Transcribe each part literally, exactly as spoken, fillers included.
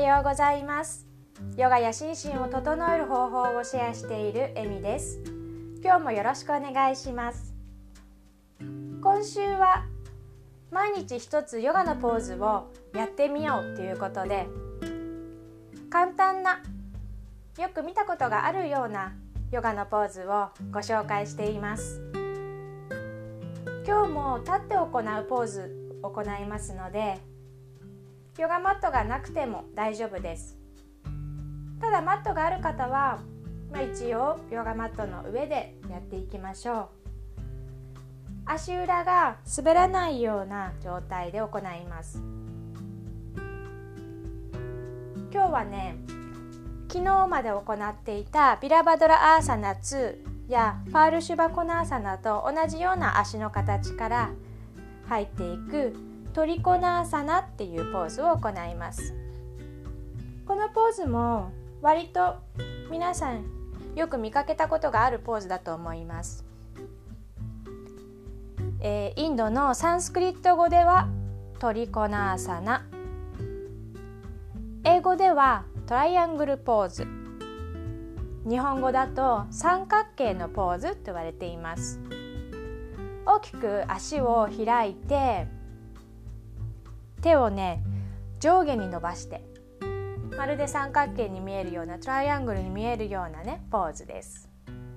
ようございます。ヨガや心身を整える方法をシェアしているエミです。今日もよろしくお願いします。今週は毎日一つヨガのポーズをやってみようということで、簡単なよく見たことがあるようなヨガのポーズをご紹介しています。今日も立って行うポーズを行いますので、ヨガマットがなくても大丈夫です。ただマットがある方は、まあ、一応ヨガマットの上でやっていきましょう。足裏が滑らないような状態で行います。今日はね、昨日まで行っていたビラバドラアーサナツーやパールシュバコナーサナと同じような足の形から入っていくトリコナーサナっていうポーズを行います。このポーズも割と皆さんよく見かけたことがあるポーズだと思います。えー、インドのサンスクリット語ではトリコナーサナ、英語ではトライアングルポーズ、日本語だと三角形のポーズと言われています。大きく足を開いて、手をね上下に伸ばして、まるで三角形に見えるような、トライアングルに見えるようなねポーズです。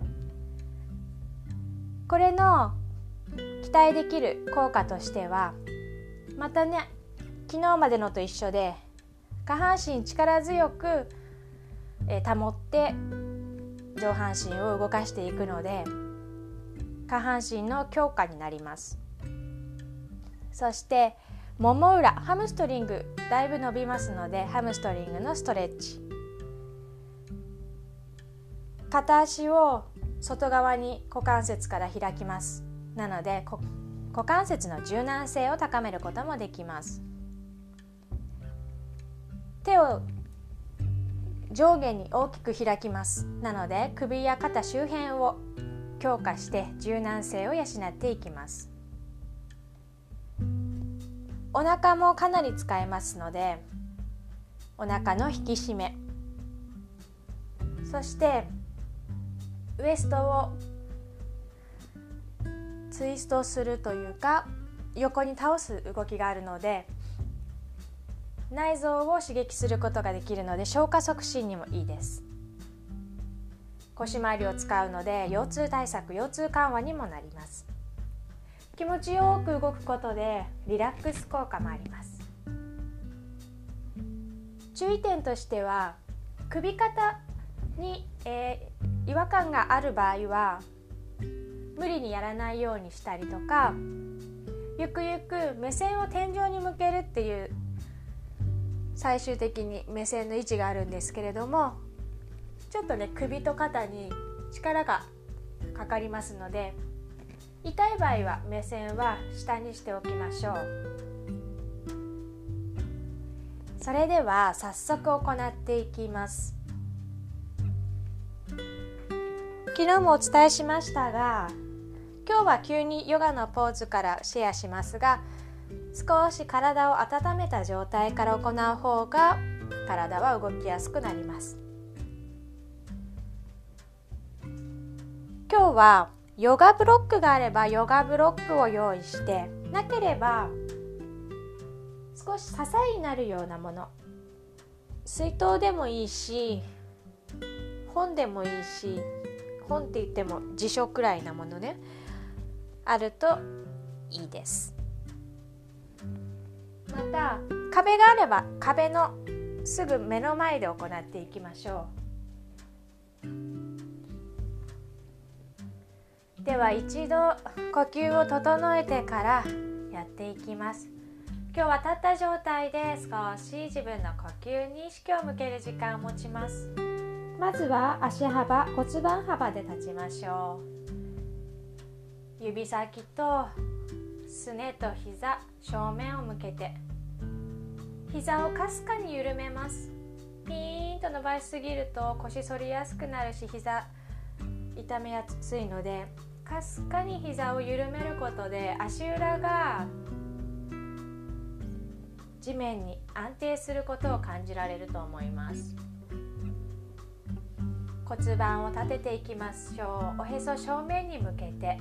これの期待できる効果としては、またね昨日までのと一緒で下半身力強く、えー、保って上半身を動かしていくので、下半身の強化になります。そしてもも裏、ハムストリングだいぶ伸びますので、ハムストリングのストレッチ、片足を外側に股関節から開きます。なので股関節の柔軟性を高めることもできます。手を上下に大きく開きます。なので首や肩周辺を強化して柔軟性を養っていきます。お腹もかなり使えますので、お腹の引き締め、そしてウエストをツイストするというか横に倒す動きがあるので、内臓を刺激することができるので消化促進にもいいです。腰回りを使うので腰痛対策、腰痛緩和にもなります。気持ちよく動くことでリラックス効果もあります。注意点としては、首肩に、えー、違和感がある場合は無理にやらないようにしたりとか、ゆくゆく目線を天井に向けるっていう最終的に目線の位置があるんですけれども、ちょっとね首と肩に力がかかりますので、痛い場合は目線は下にしておきましょう。それでは早速行っていきます。昨日もお伝えしましたが、今日は急にヨガのポーズからシェアしますが、少し体を温めた状態から行う方が体は動きやすくなります。今日はヨガブロックがあればヨガブロックを用意して、なければ少し支えになるようなもの、水筒でもいいし本でもいいし、本って言っても辞書くらいなものね、あるといいです。また壁があれば壁のすぐ目の前で行っていきましょう。では一度呼吸を整えてからやっていきます。今日は立った状態で少し自分の呼吸に意識を向ける時間を持ちます。まずは足幅、骨盤幅で立ちましょう。指先とすねと膝、正面を向けて、膝をかすかに緩めます。ピーンと伸ばしすぎると腰反りやすくなるし、膝痛めやすいので、かすかに膝を緩めることで足裏が地面に安定することを感じられると思います。骨盤を立てていきましょう。おへそ正面に向けて、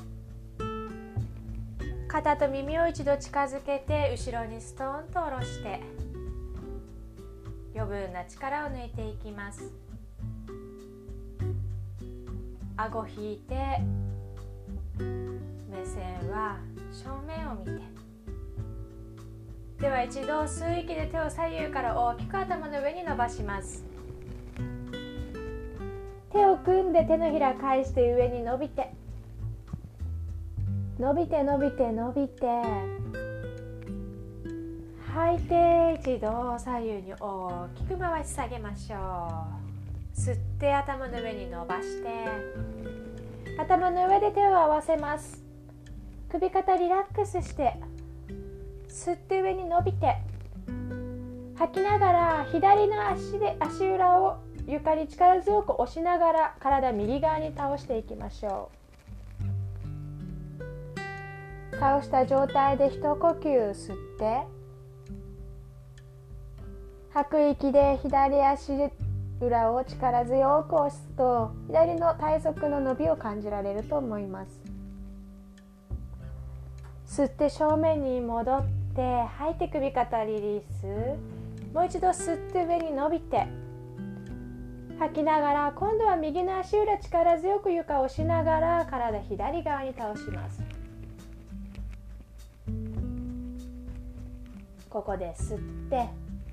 肩と耳を一度近づけて後ろにストーンと下ろして、余分な力を抜いていきます。顎引いて、目線は正面を見て、では一度吸う息で手を左右から大きく頭の上に伸ばします。手を組んで手のひら返して上に伸びて、伸びて伸びて伸びて、吐いて一度左右に大きく回し下げましょう。吸って頭の上に伸ばして、頭の上で手を合わせます。首肩リラックスして、吸って上に伸びて、吐きながら左の足で足裏を床に力強く押しながら体右側に倒していきましょう。倒した状態で一呼吸吸って、吐く息で左足裏を力強く押すと左の体側の伸びを感じられると思います。吸って正面に戻って、吐いて首肩リリース。もう一度吸って上に伸びて、吐きながら今度は右の足裏力強く床を押しながら体左側に倒します。ここで吸って、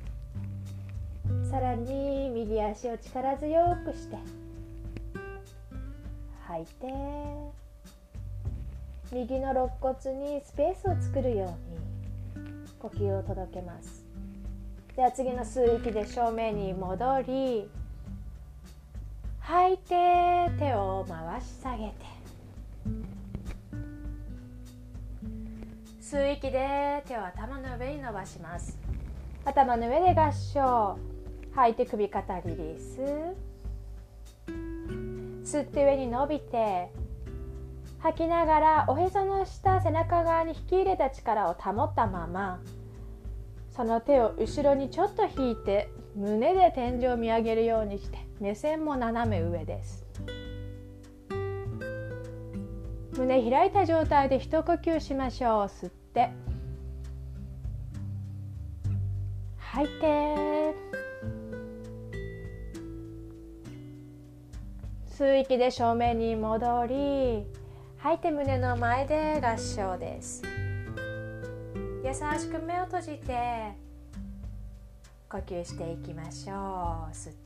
さらに右足を力強くして吐いて、右の肋骨にスペースを作るように呼吸を届けます。では次の吸う息で正面に戻り、吐いて手を回し下げて、吸う息で手を頭の上に伸ばします。頭の上で合掌。吐いて首肩リリース。吸って上に伸びて、吐きながらおへその下、背中側に引き入れた力を保ったまま、その手を後ろにちょっと引いて、胸で天井を見上げるようにして、目線も斜め上です。胸開いた状態で一呼吸しましょう。吸って吐いて、吸う息で正面に戻り、吐いて胸の前で合掌です。優しく目を閉じて呼吸していきましょう。吸って、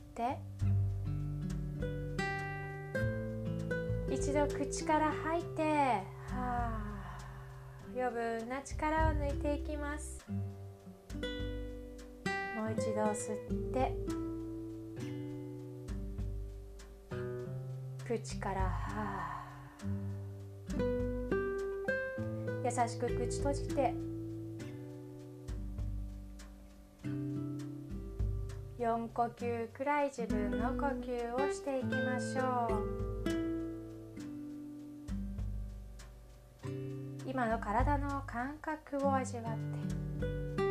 一度口から吐いて、はあ、余分な力を抜いていきます。もう一度吸って、口からはあ、優しく口閉じて、よん呼吸くらい自分の呼吸をしていきましょう。今の体の感覚を味わって、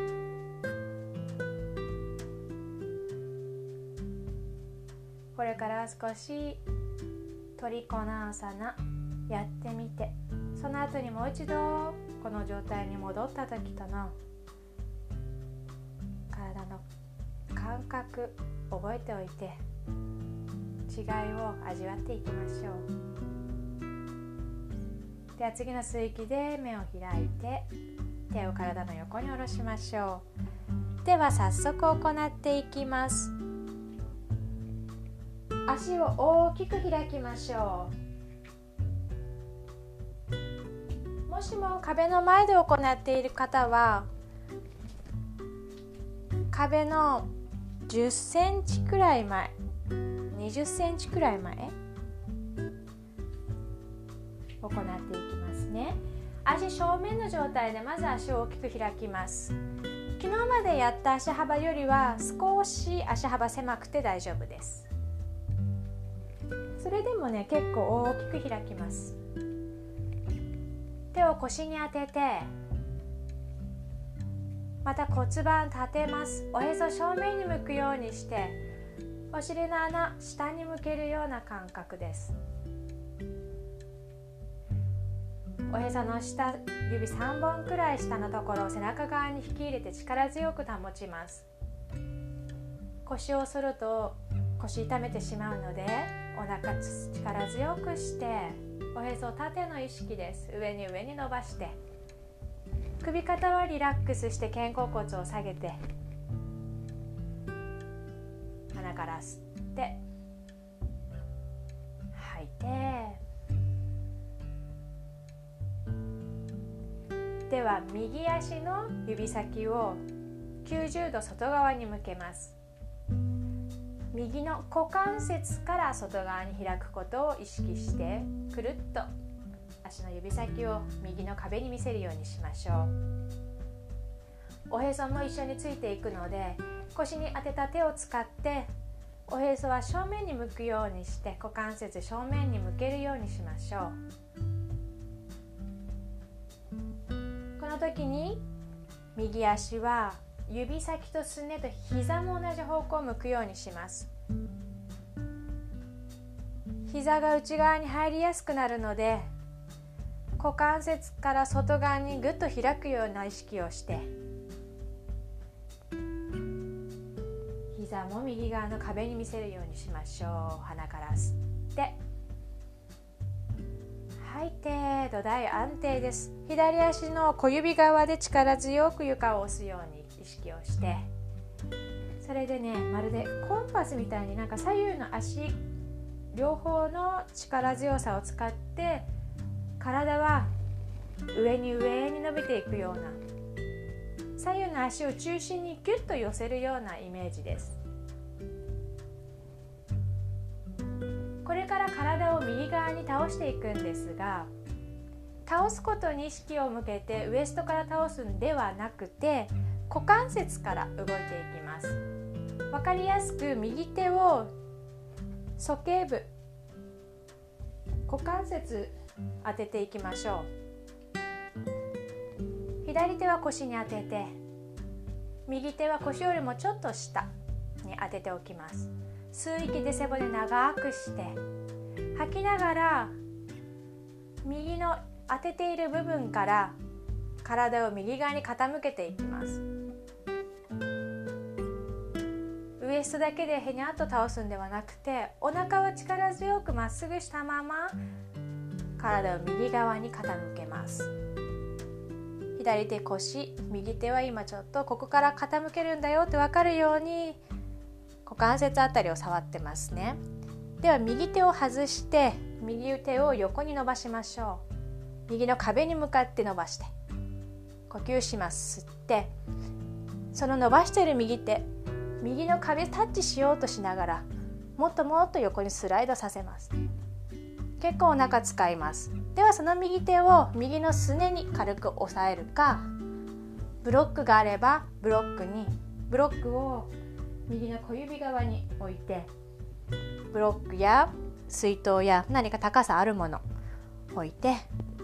これから少しトリコナーサナやってみて、その後にもう一度この状態に戻った時との体の感覚覚えておいて、違いを味わっていきましょう。では次の吸う息で目を開いて、手を体の横に下ろしましょう。では早速行っていきます。足を大きく開きましょう。もしも壁の前で行っている方は、壁のじゅっセンチくらい前、にじゅっセンチくらい前行っていきますね。足正面の状態でまず足を大きく開きます。昨日までやった足幅よりは少し足幅狭くて大丈夫です。それでもね、結構大きく開きます。手を腰に当てて、 また骨盤立てます。おへそ正面に向くようにしてお尻の穴下に向けるような感覚です。おへその下、指さんぼんくらい下のところを背中側に引き入れて力強く保ちます。腰を反ると腰痛めてしまうので、お腹力強くしておへそ縦の意識です。上に上に伸ばして、首肩はリラックスして肩甲骨を下げて、鼻から吸って吐いて、では右足の指先をきゅうじゅうど外側に向けます。右の股関節から外側に開くことを意識して、くるっと足の指先を右の壁に見せるようにしましょう。おへそも一緒についていくので、腰に当てた手を使っておへそは正面に向くようにして、股関節正面に向けるようにしましょう。この時に右足は指先とすねと膝も同じ方向を向くようにします。膝が内側に入りやすくなるので、股関節から外側にぐっと開くような意識をして、膝も右側の壁に見せるようにしましょう。鼻から吸って吐いて、土台安定です。左足の小指側で力強く床を押すように意識をして、それでね、まるでコンパスみたいになんか左右の足両方の力強さを使って体は上に上に伸びていくような、左右の足を中心にギュッと寄せるようなイメージです。これから体を右側に倒していくんですが、倒すことに意識を向けてウエストから倒すんではなくて、股関節から動いていきます。わかりやすく右手を鼠径部、股関節当てていきましょう。左手は腰に当てて、右手は腰よりもちょっと下に当てておきます。吸う息で背骨長くして、吐きながら右の当てている部分から体を右側に傾けていきます。ウエストだけでへにゃっと倒すんではなくて、お腹は力強くまっすぐしたまま体を右側に傾けます。左手腰、右手は今ちょっとここから傾けるんだよって分かるように股関節あたりを触ってますね。では右手を外して右手を横に伸ばしましょう。右の壁に向かって伸ばして呼吸します。吸って、その伸ばしている右手、右の壁タッチしようとしながらもっともっと横にスライドさせます。結構お腹使います。ではその右手を右のすねに軽く押さえるか、ブロックがあればブロックにブロックを右の小指側に置いて、ブロックや水筒や何か高さあるもの置いて、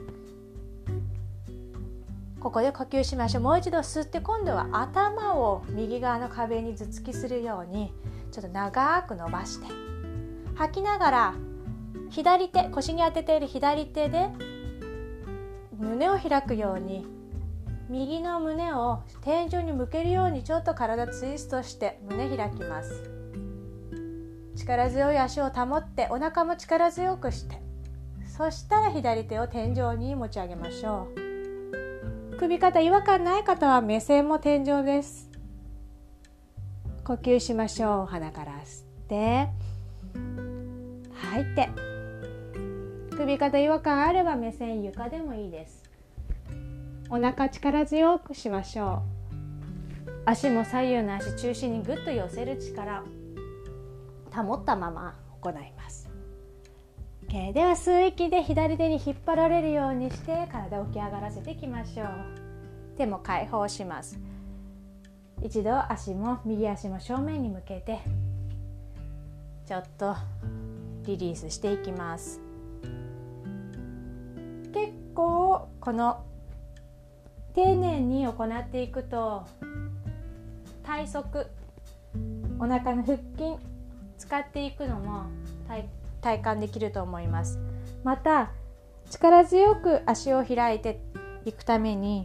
ここで呼吸しましょう。もう一度吸って、今度は頭を右側の壁に頭突きするようにちょっと長く伸ばして、吐きながら左手、腰に当てている左手で胸を開くように、右の胸を天井に向けるようにちょっと体ツイストして胸開きます。力強い足を保ってお腹も力強くして、そしたら左手を天井に持ち上げましょう。首肩違和感ない方は目線も天井です。呼吸しましょう。鼻から吸って吐いて、首肩違和感あれば目線床でもいいです。お腹力強くしましょう。足も左右の足中心にぐっと寄せる力保ったまま行います。 OK、 では吸う息で左手に引っ張られるようにして体を起き上がらせていきましょう。手も解放します。一度足も右足も正面に向けてちょっとリリースしていきます。結構この丁寧に行っていくと体側、お腹の腹筋使っていくのも 体, 体感できると思います。また力強く足を開いていくために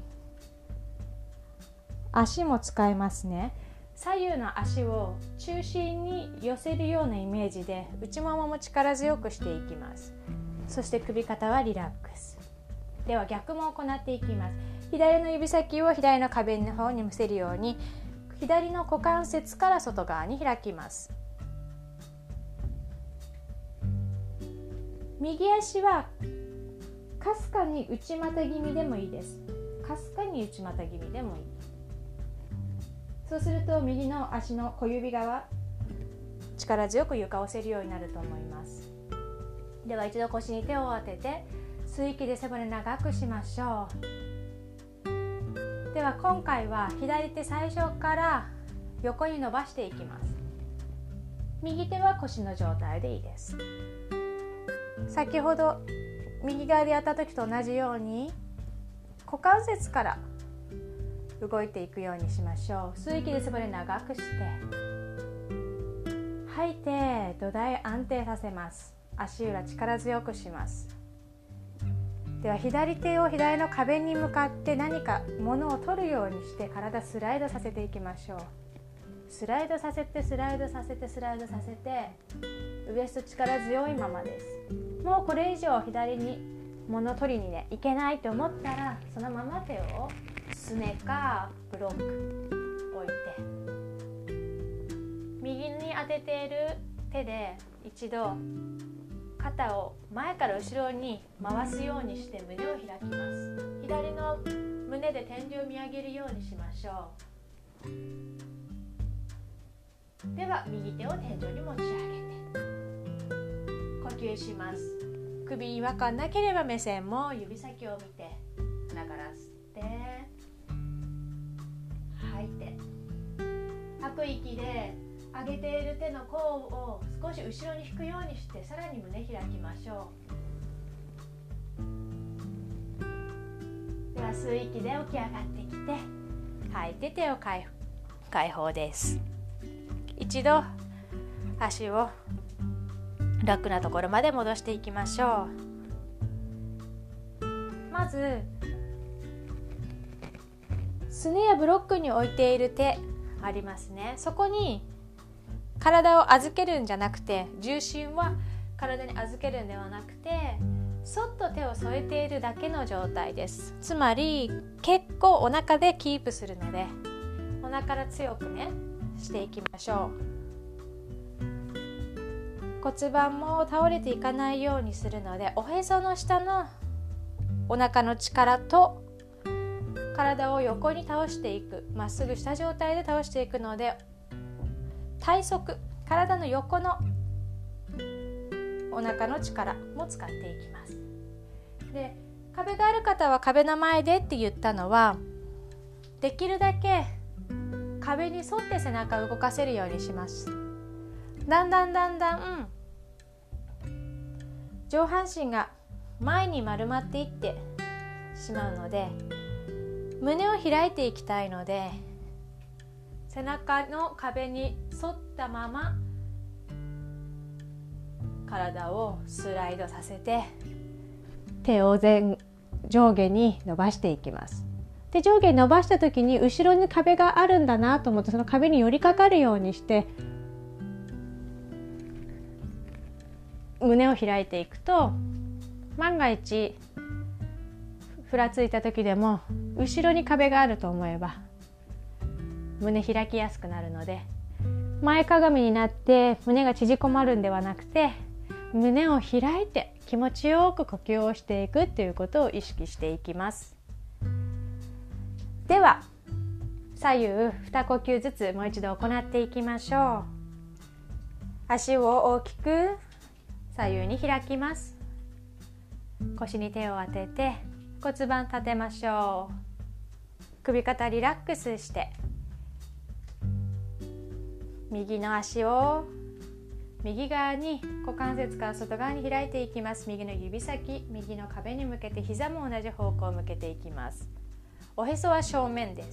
足も使えますね。左右の足を中心に寄せるようなイメージで内ももも力強くしていきます。そして首肩はリラックス。では逆も行っていきます。左の指先を左の壁の方に向せるように左の股関節から外側に開きます。右足はかすかに内股気味でもいいです。かすかに内股気味でもいい。そうすると右の足の小指側、力強く床を押せるようになると思います。では一度腰に手を当てて吸う息で背骨長くしましょう。では今回は左手最初から横に伸ばしていきます。右手は腰の状態でいいです。先ほど右側でやった時と同じように股関節から動いていくようにしましょう。吸う息で背骨長くして吐いて土台安定させます。足裏力強くします。では左手を左の壁に向かって何か物を取るようにして体スライドさせていきましょう。スライドさせてスライドさせてスライドさせてウエスト力強いままです。もうこれ以上左に物取りにねいけないと思ったらそのまま手をすねかブロック置いて右に当てている手で一度肩を前から後ろに回すようにして胸を開きます。左の胸で天井を見上げるようにしましょう。では右手を天井に持ち上げて呼吸します。首に違和感なければ目線も指先を見て鼻から吸って吐いて、吐く息で上げている手の甲を少し後ろに引くようにしてさらに胸開きましょう。では吸う息で起き上がってきて吐いて手を解解放です。一度足を楽なところまで戻していきましょう。まずすねやブロックに置いている手ありますね。そこに体を預けるんじゃなくて、重心は体に預けるんではなくてそっと手を添えているだけの状態です。つまり結構お腹でキープするのでお腹から強くねしていきましょう。骨盤も倒れていかないようにするのでおへその下のお腹の力と体を横に倒していく、まっすぐした状態で倒していくので体側、体の横のお腹の力も使っていきます。で、壁がある方は壁の前でって言ったのはできるだけ壁に沿って背中を動かせるようにします。だんだんだんだん上半身が前に丸まっていってしまうので胸を開いていきたいので背中の壁に沿ったまま体をスライドさせて手を前上下に伸ばしていきます。で、上下に伸ばした時に後ろに壁があるんだなと思ってその壁に寄りかかるようにして胸を開いていくと万が一ふらついた時でも後ろに壁があると思えば胸開きやすくなるので前かがみになって胸が縮こまるんではなくて胸を開いて気持ちよく呼吸をしていくということを意識していきます。では左右に呼吸ずつもう一度行っていきましょう。足を大きく左右に開きます。腰に手を当てて骨盤立てましょう。首肩リラックスして右の足を右側に股関節から外側に開いていきます。右の指先、右の壁に向けて膝も同じ方向を向けていきます。 おへそは正面です。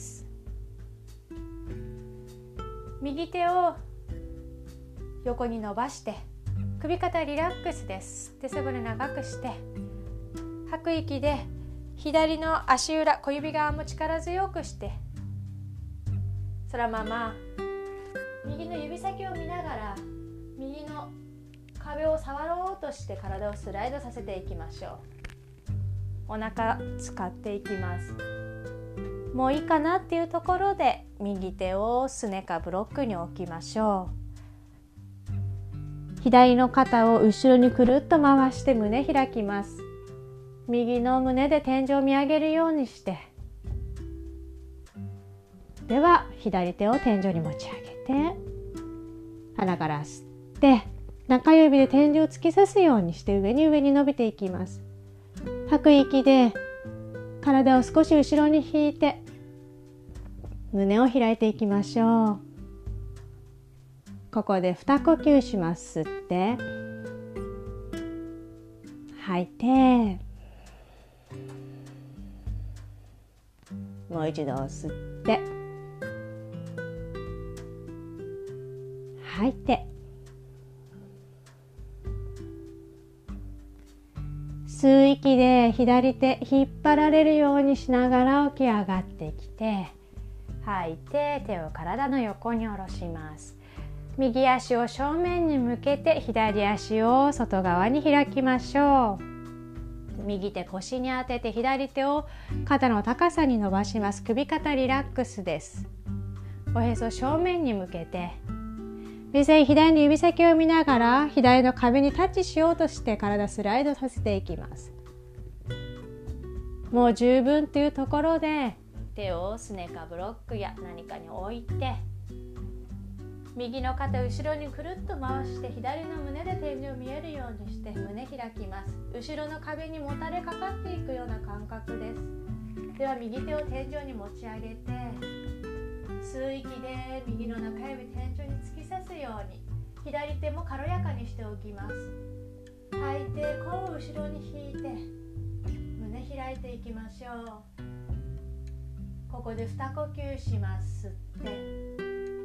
右手を横に伸ばして首肩リラックスです。手背骨長くして吐く息で左の足裏小指側も力強くして、そのまま右の指先を見ながら右の壁を触ろうとして体をスライドさせていきましょう。お腹使っていきます。もういいかなっていうところで右手をすねかブロックに置きましょう。左の肩を後ろにくるっと回して胸開きます。右の胸で天井を見上げるようにして、では左手を天井に持ち上げて、鼻から吸って中指で天井を突き刺すようにして上に上に伸びていきます。吐く息で体を少し後ろに引いて胸を開いていきましょう。ここで二呼吸します。吸って吐いて、もう一度吸って吐いて、吸う息で左手引っ張られるようにしながら起き上がってきて、吐いて手を体の横に下ろします。右足を正面に向けて左足を外側に開きましょう。右手腰に当てて左手を肩の高さに伸ばします。首肩リラックスです。おへそ正面に向けて、目線左の指先を見ながら左の壁にタッチしようとして体スライドさせていきます。もう十分というところで手をすねかブロックや何かに置いて、右の肩後ろにくるっと回して左の胸で天井見えるようにして胸開きます。後ろの壁にもたれかかっていくような感覚です。では右手を天井に持ち上げて、吸う息で右の中指天井に突き刺すように左手も軽やかにしておきます。吐いて甲を後ろに引いて胸開いていきましょう。ここで二呼吸します。吸って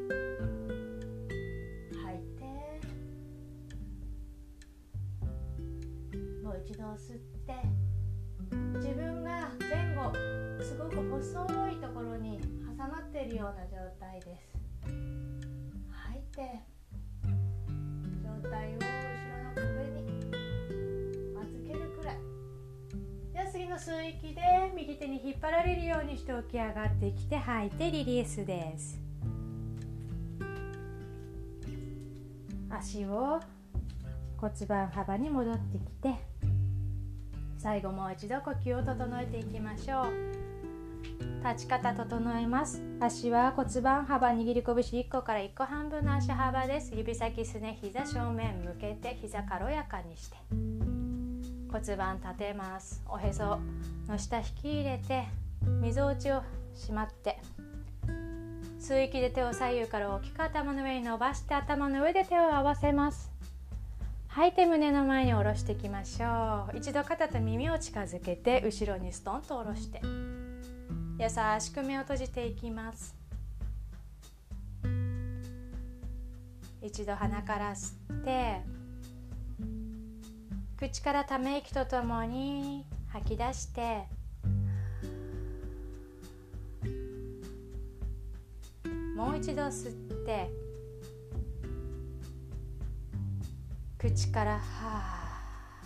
一度吸って、自分が前後すごく細いところに挟まっているような状態です。吐いて状態を後ろの壁に預けるくらい。では次の吸う息で右手に引っ張られるようにして起き上がってきて、吐いてリリースです。足を骨盤幅に戻ってきて、最後もう一度呼吸を整えていきましょう。立ち方整えます。足は骨盤幅握り拳いっこからいっこはんぶんの足幅です。指先すね膝正面向けて膝軽やかにして骨盤立てます。おへその下引き入れてみぞおちをしまって、吸う息で手を左右から大きく頭の上に伸ばして頭の上で手を合わせます。吐いて胸の前に下ろしていきましょう。一度肩と耳を近づけて後ろにストンと下ろして優しく目を閉じていきます。一度鼻から吸って口からため息とともに吐き出して、もう一度吸って口からは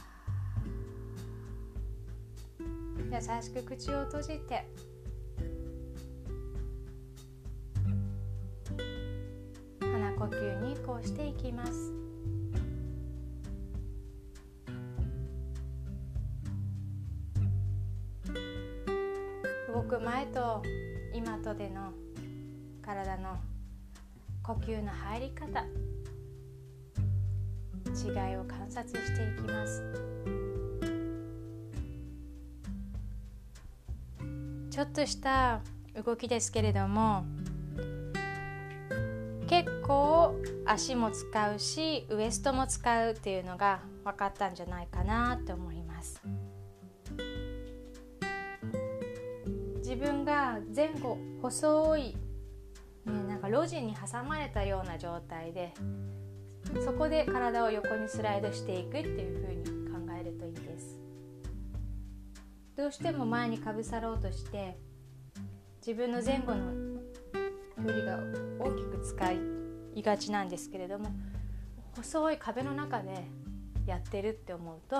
ー、優しく口を閉じて鼻呼吸に移行していきます。動く前と今とでの体の呼吸の入り方、違いを観察していきます。ちょっとした動きですけれども、結構足も使うしウエストも使うっていうのが分かったんじゃないかなと思います。自自分が前後細い、ね、なんか路地に挟まれたような状態で、そこで体を横にスライドしていくっていう風に考えるといいです。どうしても前にかぶさろうとして自分の前後の距離が大きく使いがちなんですけれども、細い壁の中でやってるって思うと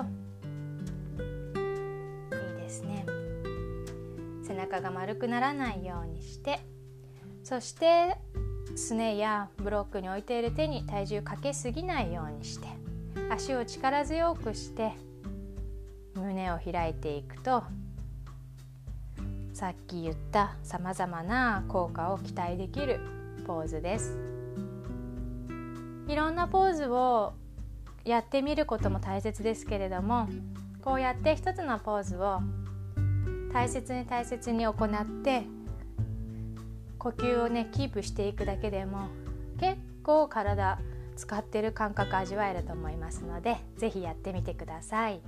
いいですね。背中が丸くならないようにして、そしてすねやブロックに置いている手に体重かけすぎないようにして、足を力強くして胸を開いていくと、さっき言ったさまざまな効果を期待できるポーズです。いろんなポーズをやってみることも大切ですけれども、こうやって一つのポーズを大切に大切に行って呼吸をねキープしていくだけでも結構体使ってる感覚味わえると思いますので、ぜひやってみてください。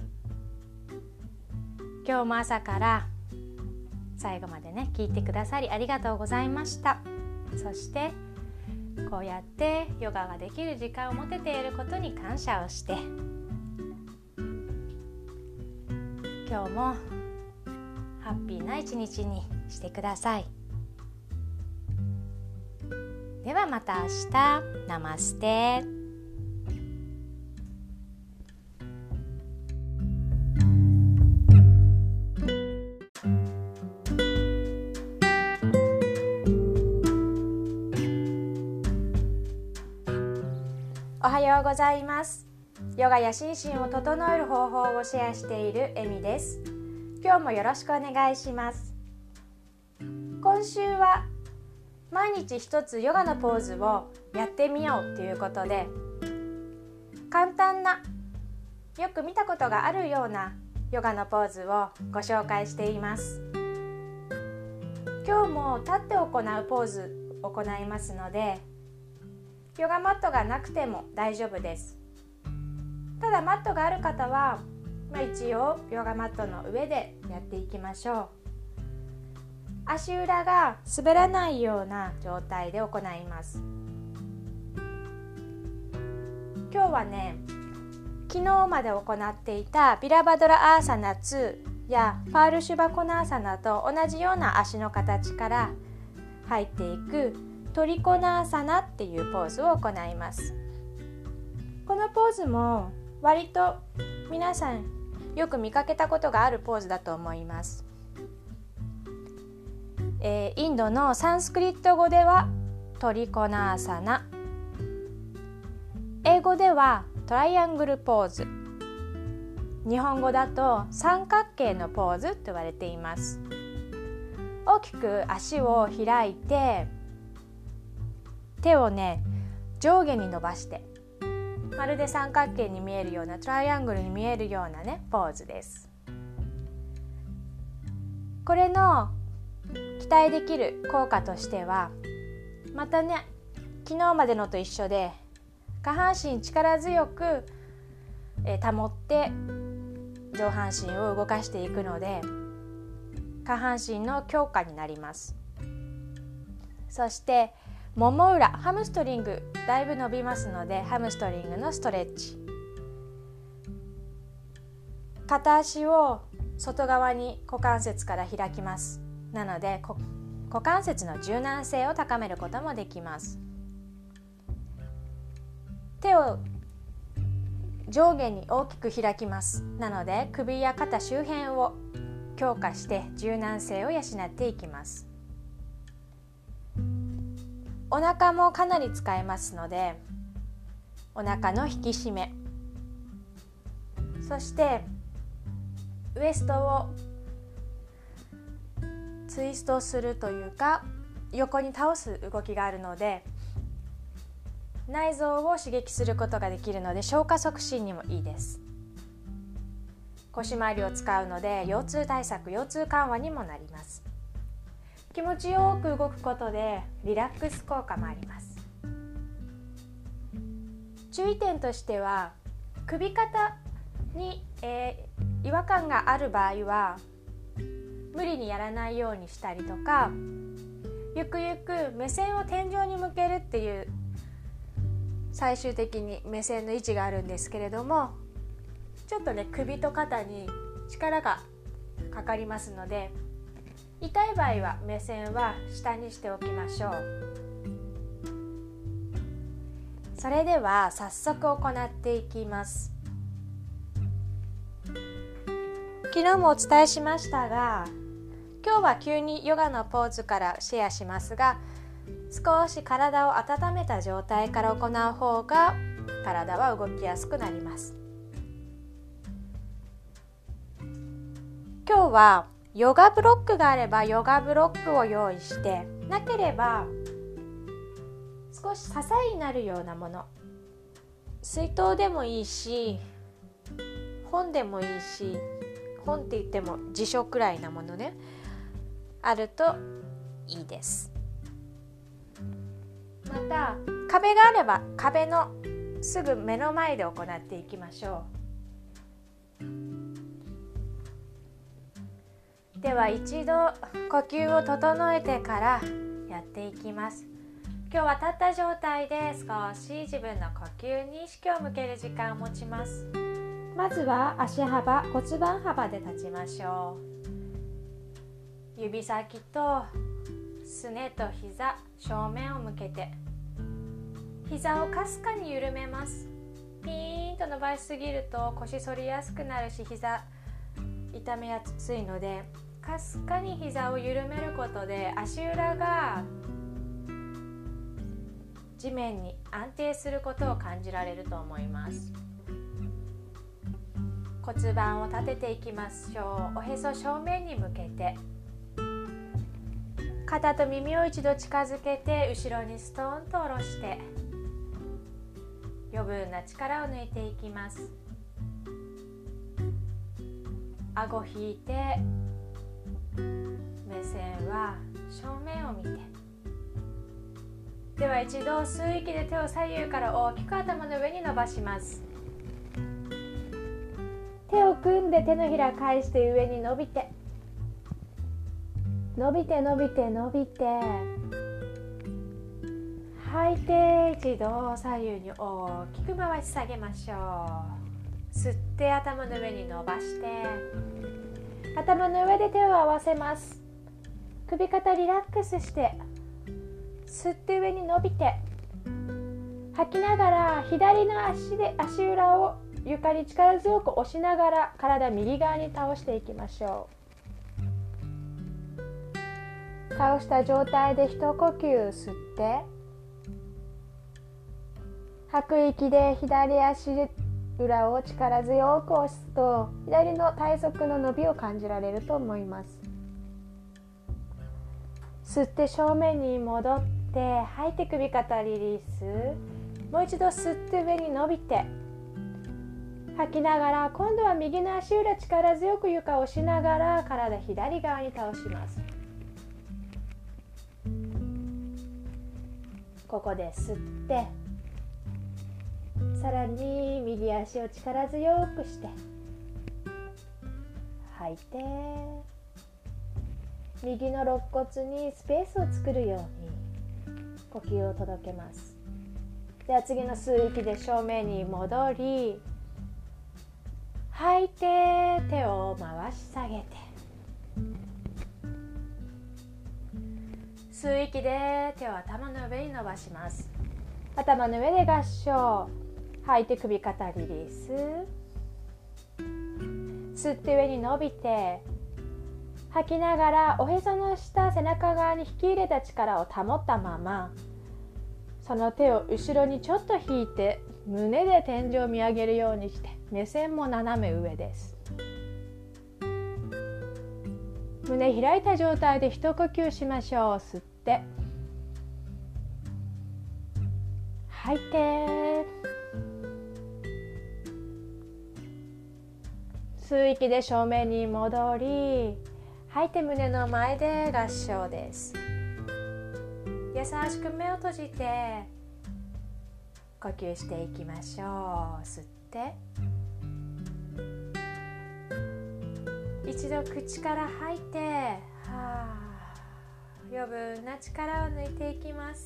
今日も朝から最後までね聞いてくださりありがとうございました。そしてこうやってヨガができる時間を持てていることに感謝をして、今日もハッピーな一日にしてください。ではまた明日。ナマステ。おはようございます。ヨガや心身を整える方法をシェアしているエミです。今日もよろしくお願いします。今週は毎日一つヨガのポーズをやってみようということで、簡単なよく見たことがあるようなヨガのポーズをご紹介しています。今日も立って行うポーズを行いますので、ヨガマットがなくても大丈夫です。ただマットがある方は、まあ、一応ヨガマットの上でやっていきましょう。足裏が滑らないような状態で行います。今日はね、昨日まで行っていたビラバドラアーサナツーやパールシュバコナーサナと同じような足の形から入っていくトリコナーサナっていうポーズを行います。このポーズも割と皆さんよく見かけたことがあるポーズだと思います。えー、インドのサンスクリット語ではトリコナーサナ、英語ではトライアングルポーズ、日本語だと三角形のポーズと言われています。大きく足を開いて、手をね上下に伸ばして、まるで三角形に見えるような、トライアングルに見えるようなねポーズです。これの期待できる効果としては、またね昨日までのと一緒で下半身力強く、えー、保って上半身を動かしていくので、下半身の強化になります。そしてもも裏、ハムストリングだいぶ伸びますので、ハムストリングのストレッチ、片足を外側に股関節から開きます。なので股関節の柔軟性を高めることもできます。手を上下に大きく開きます。なので首や肩周辺を強化して柔軟性を養っていきます。お腹もかなり使えますので、お腹の引き締め、そしてウエストをツイストするというか横に倒す動きがあるので、内臓を刺激することができるので消化促進にもいいです。腰回りを使うので腰痛対策、腰痛緩和にもなります。気持ちよく動くことでリラックス効果もあります。注意点としては、首肩に、えー、違和感がある場合は無理にやらないようにしたりとか、ゆくゆく目線を天井に向けるっていう最終的に目線の位置があるんですけれども、ちょっとね首と肩に力がかかりますので、痛い場合は目線は下にしておきましょう。それでは早速行っていきます。昨日もお伝えしましたが、今日は急にヨガのポーズからシェアしますが、少し体を温めた状態から行う方が体は動きやすくなります。今日はヨガブロックがあればヨガブロックを用意して、なければ少し支えになるようなもの、水筒でもいいし本でもいいし、本って言っても辞書くらいなものね、あるといいです。また壁があれば壁のすぐ目の前で行っていきましょう。では一度呼吸を整えてからやっていきます。今日は立った状態で少し自分の呼吸に意識を向ける時間を持ちます。まずは足幅、骨盤幅で立ちましょう。指先とすねと膝、正面を向けて、膝をかすかに緩めます。ピーンと伸ばしすぎると腰反りやすくなるし、膝痛めやすいので、かすかに膝を緩めることで足裏が地面に安定することを感じられると思います。骨盤を立てていきましょう。おへそ正面に向けて、肩と耳を一度近づけて後ろにストーンと下ろして、余分な力を抜いていきます。顎引いて、目線は正面を見て、では一度吸う息で手を左右から大きく頭の上に伸ばします。手を組んで手のひら返して上に伸びて、伸びて伸びて伸びて、吐いて一度左右に大きく回し下げましょう。吸って頭の上に伸ばして、頭の上で手を合わせます。首肩リラックスして、吸って上に伸びて、吐きながら左の足で足裏を床に力強く押しながら体右側に倒していきましょう。倒した状態で一呼吸吸って、吐く息で左足裏を力強く押すと左の体側の伸びを感じられると思います。吸って正面に戻って、吐いて首肩リリース。もう一度吸って上に伸びて、吐きながら今度は右の足裏力強く床を押しながら体左側に倒します。ここで吸って、さらに右足を力強くして吐いて、右の肋骨にスペースを作るように呼吸を届けます。では次の吸う息で正面に戻り、吐いて手を回し下げて、吸う息で手を頭の上に伸ばします。頭の上で合掌。吐いて首肩リリース。吸って上に伸びて、吐きながらおへその下、背中側に引き入れた力を保ったまま、その手を後ろにちょっと引いて胸で天井を見上げるようにして、目線も斜め上です。胸開いた状態で一呼吸しましょう。吸って吐いて、吸う息で正面に戻り、吐いて胸の前で合掌です。優しく目を閉じて呼吸していきましょう。吸って、意一度口から吐いて、はあ、余分な力を抜いていきます。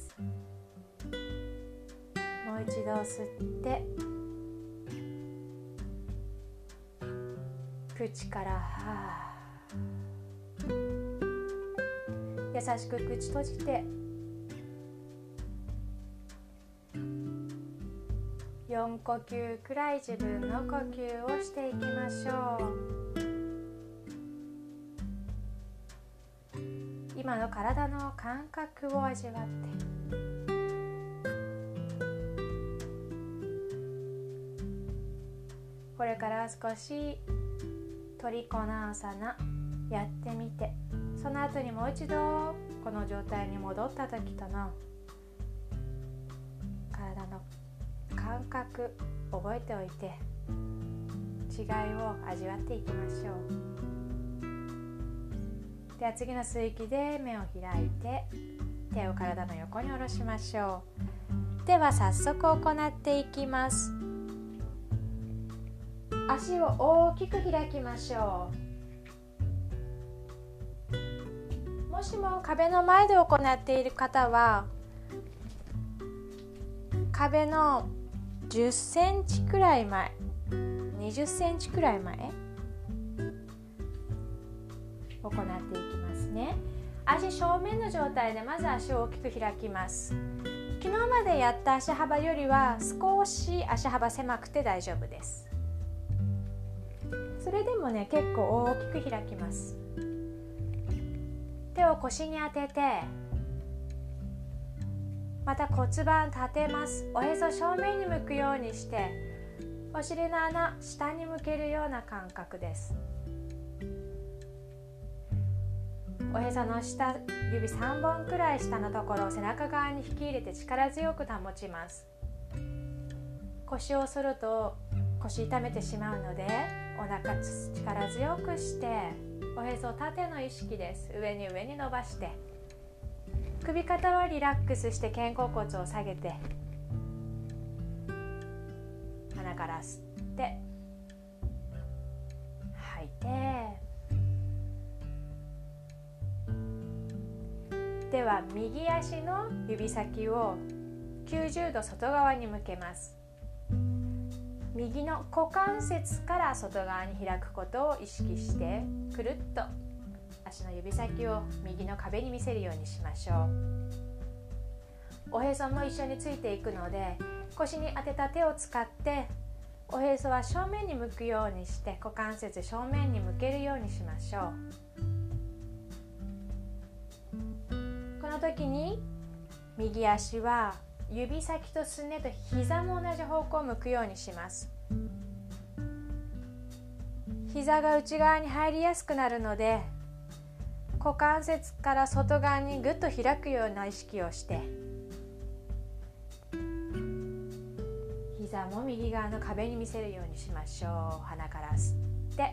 もう一度吸って口からはあ、優しく口閉じてよん呼吸くらい自分の呼吸をしていきましょう。今の体の感覚を味わって、これから少しトリコナーサナやってみて、その後にもう一度この状態に戻った時との体の感覚覚えておいて、違いを味わっていきましょう。では次の吸い息で目を開いて手を体の横に下ろしましょう。では早速行っていきます。足を大きく開きましょう。もしも壁の前で行っている方は、壁のじゅっセンチくらい前、にじゅっセンチくらい前行っていきますね。足正面の状態でまず足を大きく開きます。昨日までやった足幅よりは少し足幅狭くて大丈夫です。それでもね、結構大きく開きます。手を腰に当てて、また骨盤立てます。おへそ正面に向くようにして、お尻の穴下に向けるような感覚です。おへその下、指さんぼんくらい下のところを背中側に引き入れて力強く保ちます。腰を反ると腰痛めてしまうので、お腹力強くして、おへそ縦の意識です。上に上に伸ばして、首肩はリラックスして肩甲骨を下げて、鼻から吸って吐いて、では右足の指先をきゅうじゅうど外側に向けます。右の股関節から外側に開くことを意識して、くるっと足の指先を右の壁に見せるようにしましょう。おへそも一緒についていくので、腰に当てた手を使っておへそは正面に向くようにして、股関節正面に向けるようにしましょう。この時に右足は指先とすねと膝も同じ方向を向くようにします。膝が内側に入りやすくなるので、股関節から外側にぐっと開くような意識をして、膝も右側の壁に見せるようにしましょう。鼻から吸って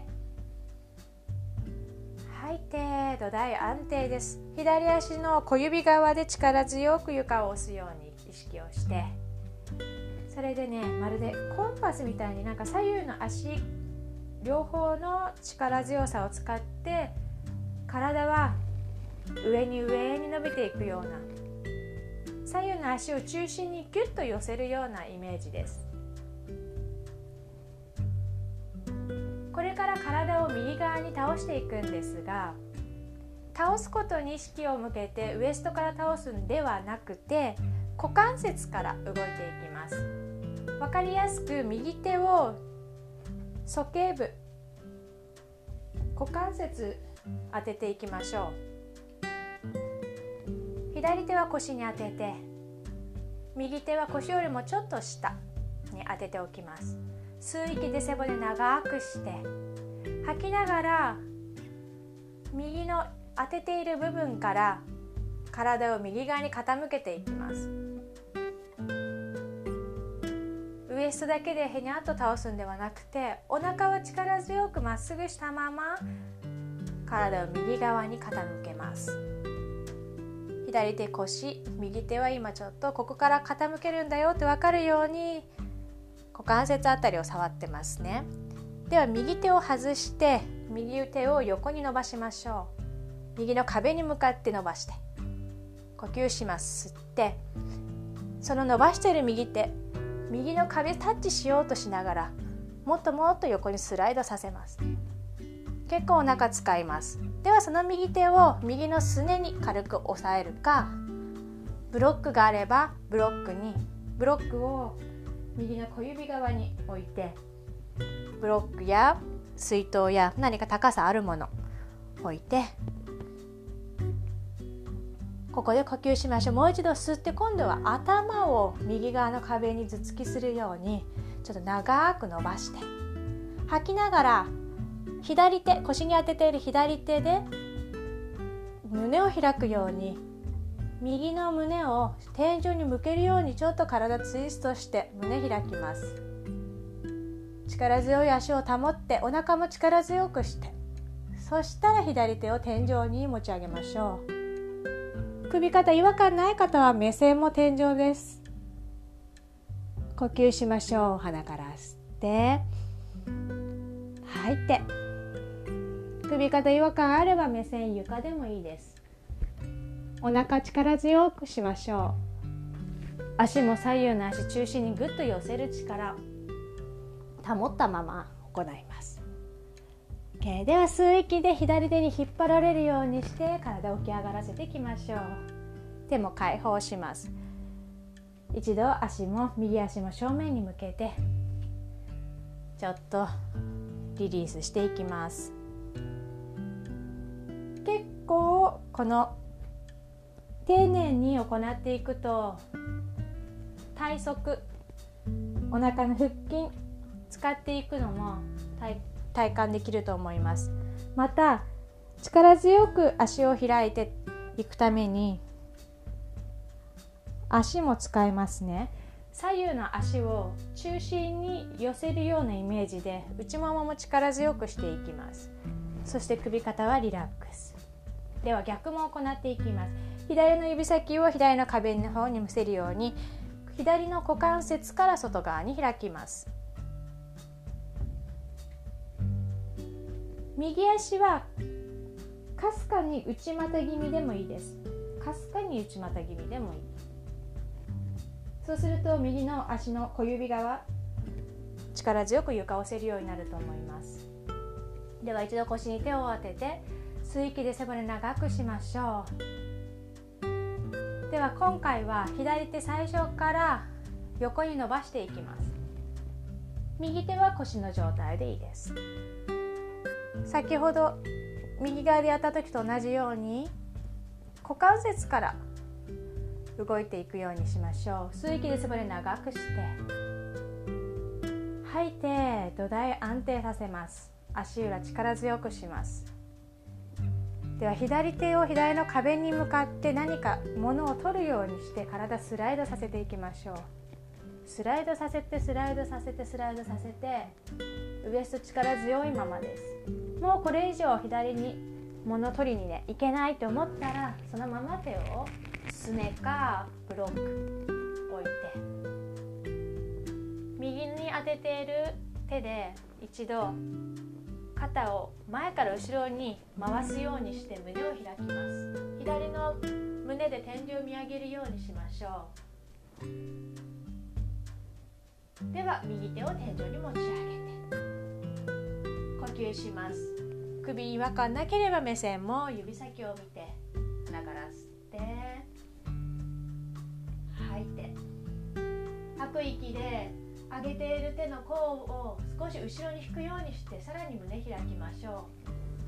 吐いて、土台安定です。左足の小指側で力強く床を押すように意識をして、それでね、まるでコンパスみたいになんか左右の足両方の力強さを使って、体は上に上に伸びていくような、左右の足を中心にギュッと寄せるようなイメージです。これから体を右側に倒していくんですが、倒すことに意識を向けてウエストから倒すんではなくて、股関節から動いていきます。わかりやすく右手を鼠径部、股関節当てていきましょう。左手は腰に当てて、右手は腰よりもちょっと下に当てておきます。吸う息で背骨長くして、吐きながら右の当てている部分から体を右側に傾けていきます。ウエストだけでへにゃっと倒すんではなくて、お腹は力強くまっすぐしたまま体を右側に傾けます。左手腰、右手は今ちょっとここから傾けるんだよって分かるように股関節あたりを触ってますね。では右手を外して右手を横に伸ばしましょう。右の壁に向かって伸ばして呼吸します。吸って、その伸ばしている右手、右の壁タッチしようとしながらもっともっと横にスライドさせます。結構お腹使います。ではその右手を右のすねに軽く押さえるか、ブロックがあればブロックにブロックを右の小指側に置いて、ブロックや水筒や何か高さあるもの置いて、ここで呼吸しましょう。もう一度吸って、今度は頭を右側の壁に頭突きするようにちょっと長く伸ばして、吐きながら左手、腰に当てている左手で胸を開くように、右の胸を天井に向けるようにちょっと体ツイストして胸開きます。力強い足を保ってお腹も力強くして、そしたら左手を天井に持ち上げましょう。首肩違和感ない方は目線も天井です。呼吸しましょう。鼻から吸って吐いて、首肩違和感あれば目線床でもいいです。お腹力強くしましょう。足も左右の足中心にぐっと寄せる力保ったまま行います。 OK、 では吸う息で左手に引っ張られるようにして体を起き上がらせていきましょう。手も解放します。一度足も右足も正面に向けてちょっとリリースしていきます。結構この丁寧に行っていくと体側、お腹の腹筋使っていくのも 体, 体感できると思います。また力強く足を開いていくために足も使いますね。左右の足を中心に寄せるようなイメージで内ももも力強くしていきます。そして首肩はリラックス。では逆も行っていきます。左の指先を左の壁の方に向せるように左の股関節から外側に開きます。右足はかすかに内股気味でもいいです。かすかに内股気味でもいい。そうすると右の足の小指側力強く床を押せるようになると思います。では一度腰に手を当てて吸う息で背骨長くしましょう。では今回は左手最初から横に伸ばしていきます。右手は腰の状態でいいです。先ほど右側でやった時と同じように股関節から動いていくようにしましょう。吸う息で背骨長くして吐いて土台安定させます。足裏力強くします。では左手を左の壁に向かって何か物を取るようにして体スライドさせていきましょう。スライドさせてスライドさせてスライドさせてウエスト力強いままです。もうこれ以上左に物取りにねいけないと思ったらそのまま手をすねかブロック置いて右に当てている手で一度肩を前から後ろに回すようにして胸を開きます。左の胸で天井を見上げるようにしましょう。では右手を天井に持ち上げて呼吸します。首に違和感なければ目線も指先を見て鼻から吸って吐いて、吐く息で上げている手の甲を少し後ろに引くようにしてさらに胸開きましょ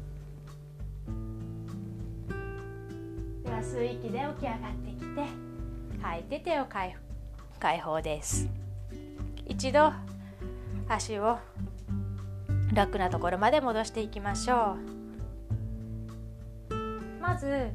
う。では吸う息で起き上がってきて吐いて手を解放、解放です。一度足を楽なところまで戻していきましょう。まず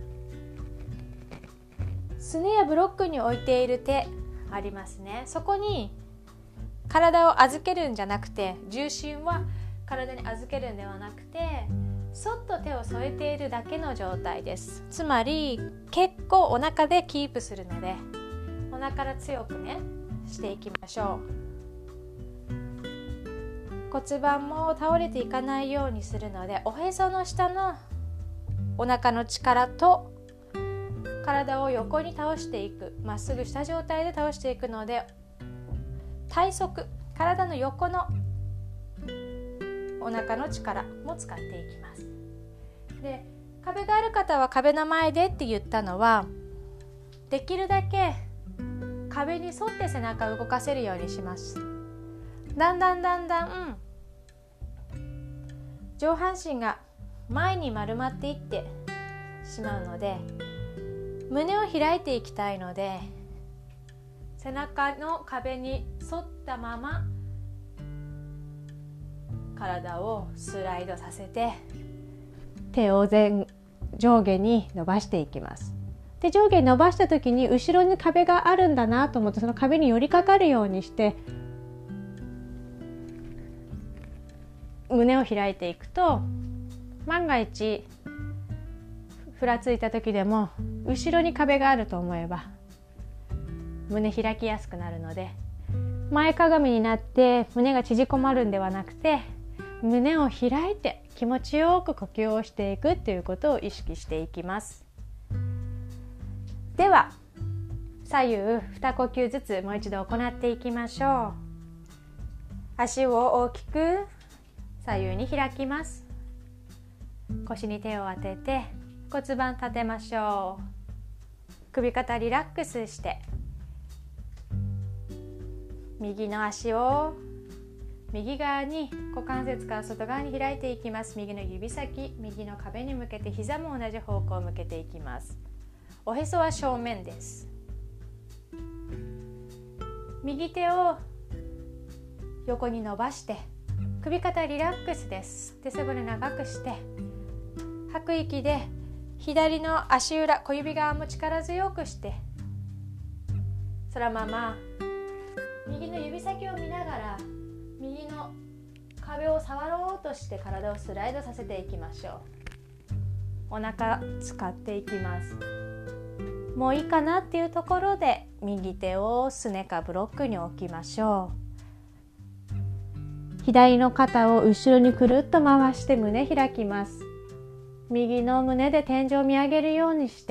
すねやブロックに置いている手ありますね。そこに体を預けるんじゃなくて、重心は体に預けるんではなくてそっと手を添えているだけの状態です。つまり結構お腹でキープするのでお腹から強くねしていきましょう。 骨盤も倒れていかないようにするので、おへその下のお腹の力と体を横に倒していく、まっすぐした状態で倒していくので、体側、体の横のお腹の力も使っていきます。で、壁がある方は壁の前でって言ったのは、できるだけ壁に沿って背中を動かせるようにします。だんだんだんだん、うん、上半身が前に丸まっていってしまうので、胸を開いていきたいので、背中の壁に沿ったまま体をスライドさせて、手を前上下に伸ばしていきます。で、上下に伸ばした時に後ろに壁があるんだなと思って、その壁に寄りかかるようにして胸を開いていくと、万が一ふらついた時でも後ろに壁があると思えば胸開きやすくなるので、前かがみになって胸が縮こまるんではなくて、胸を開いて気持ちよく呼吸をしていくっていうことを意識していきます。では左右に呼吸ずつもう一度行っていきましょう。足を大きく左右に開きます。腰に手を当てて骨盤立てましょう。首肩リラックスして、右の足を右側に股関節から外側に開いていきます。右の指先、右の壁に向けて、膝も同じ方向を向けていきます。おへそは正面です。右手を横に伸ばして、首肩リラックスです。手背骨長くして、吐く息で左の足裏、小指側も力強くして、そのまま右の指先を見ながら右の壁を触ろうとして体をスライドさせていきましょう。お腹使っていきます。もういいかなっていうところで右手をすねかブロックに置きましょう。左の肩を後ろにくるっと回して胸開きます。右の胸で天井を見上げるようにして、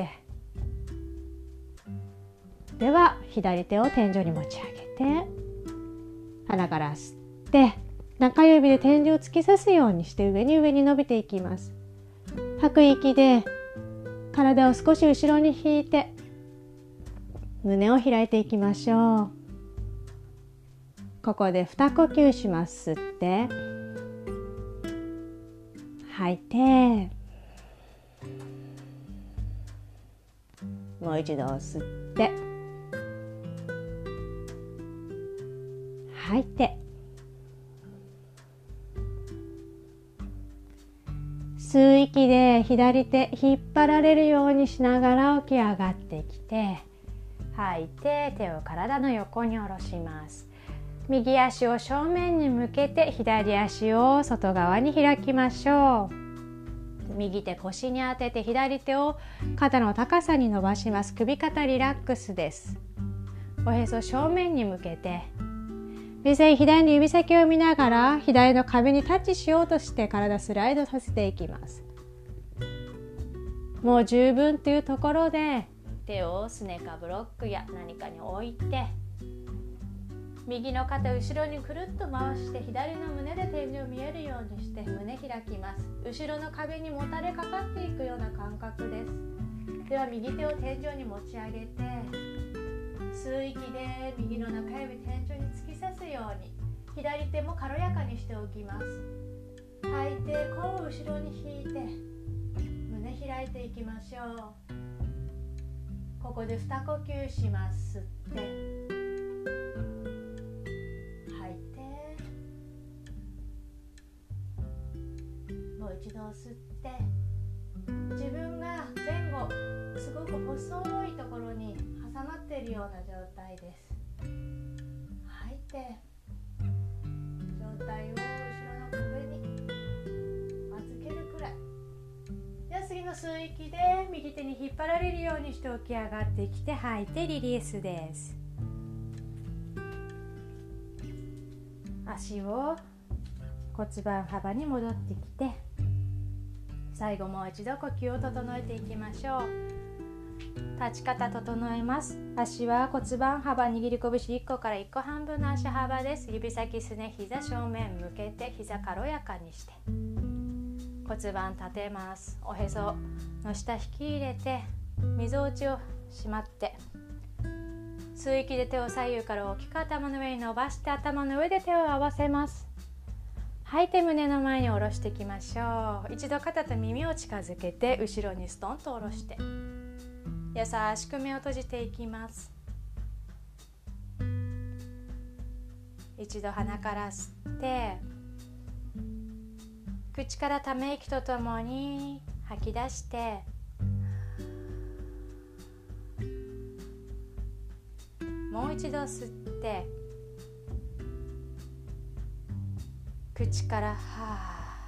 では左手を天井に持ち上げて、鼻から吸って中指で天井を突き刺すようにして上に上に伸びていきます。吐く息で体を少し後ろに引いて胸を開いていきましょう。ここで二呼吸します。吸って吐いて、もう一度吸って吐いて、吸う息で左手引っ張られるようにしながら起き上がってきて、吐いて手を体の横に下ろします。右足を正面に向けて左足を外側に開きましょう。右手腰に当てて左手を肩の高さに伸ばします。首肩リラックスです。おへそ正面に向けて、目線左の指先を見ながら左の壁にタッチしようとして体スライドさせていきます。もう十分というところで手をすねかブロックや何かに置いて、右の肩後ろにくるっと回して左の胸で天井見えるようにして胸開きます。後ろの壁にもたれかかっていくような感覚です。では右手を天井に持ち上げて、吸う息で右の中指天井に突き刺すように左手も軽やかにしておきます。吐いて甲を後ろに引いて胸開いていきましょう。ここで二呼吸します。吸って一度吸って、自分が前後すごく細いところに挟まっているような状態です。吐いて状態を後ろの壁に預けるくらい。では次の吸う息で右手に引っ張られるようにして起き上がってきて、吐いてリリースです。足を骨盤幅に戻ってきて、最後もう一度呼吸を整えていきましょう。立ち方整えます。足は骨盤幅、握り拳いっこからいっこはんぶんの足幅です。指先すね膝正面向けて、膝軽やかにして骨盤立てます。おへその下引き入れて、みぞおちをしまって、吸う息で手を左右から大きく頭の上に伸ばして、頭の上で手を合わせます。吐いて胸の前に下ろしていきましょう。一度肩と耳を近づけて、後ろにストンと下ろして、優しく目を閉じていきます。一度鼻から吸って、口からため息とともに吐き出して、もう一度吸って、口からは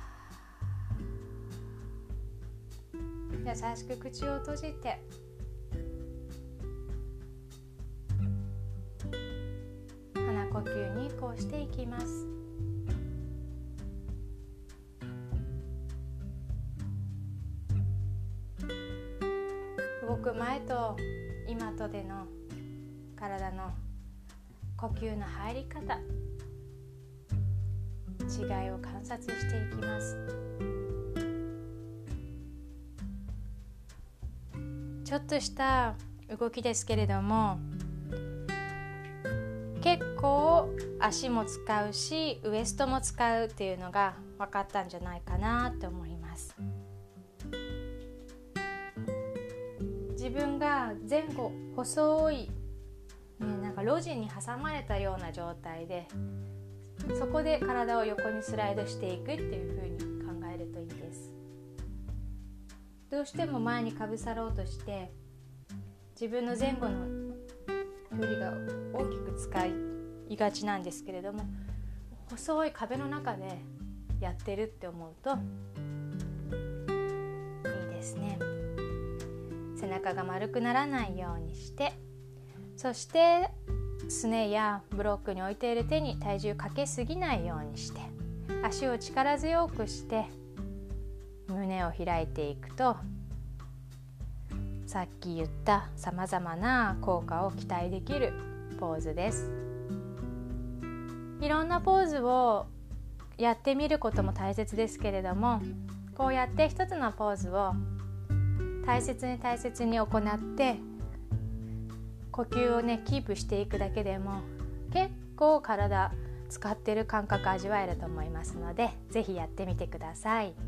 ー、優しく口を閉じて、鼻呼吸に移行していきます。動く前と今とでの体の呼吸の入り方、違いを観察していきます。ちょっとした動きですけれども、結構足も使うし、ウエストも使うっていうのが分かったんじゃないかなと思います。自分が前後細い、ね、なんか路地に挟まれたような状態で、そこで体を横にスライドしていくっていう風に考えるといいです。どうしても前にかぶさろうとして、自分の前後の距離が大きく使いがちなんですけれども、細い壁の中でやってるって思うといいですね。背中が丸くならないようにして、そしてすねやブロックに置いている手に体重かけすぎないようにして、足を力強くして胸を開いていくと、さっき言ったさまざまな効果を期待できるポーズです。いろんなポーズをやってみることも大切ですけれども、こうやって一つのポーズを大切に大切に行って呼吸をねキープしていくだけでも結構体使ってる感覚味わえると思いますので、ぜひやってみてください。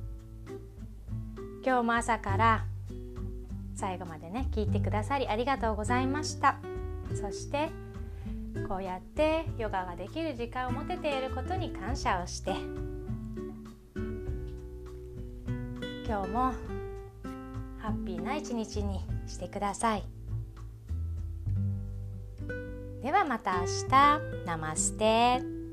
今日も朝から最後までね聞いてくださりありがとうございました。そしてこうやってヨガができる時間を持てていることに感謝をして、今日もハッピーな一日にしてください。ではまた明日。ナマステ。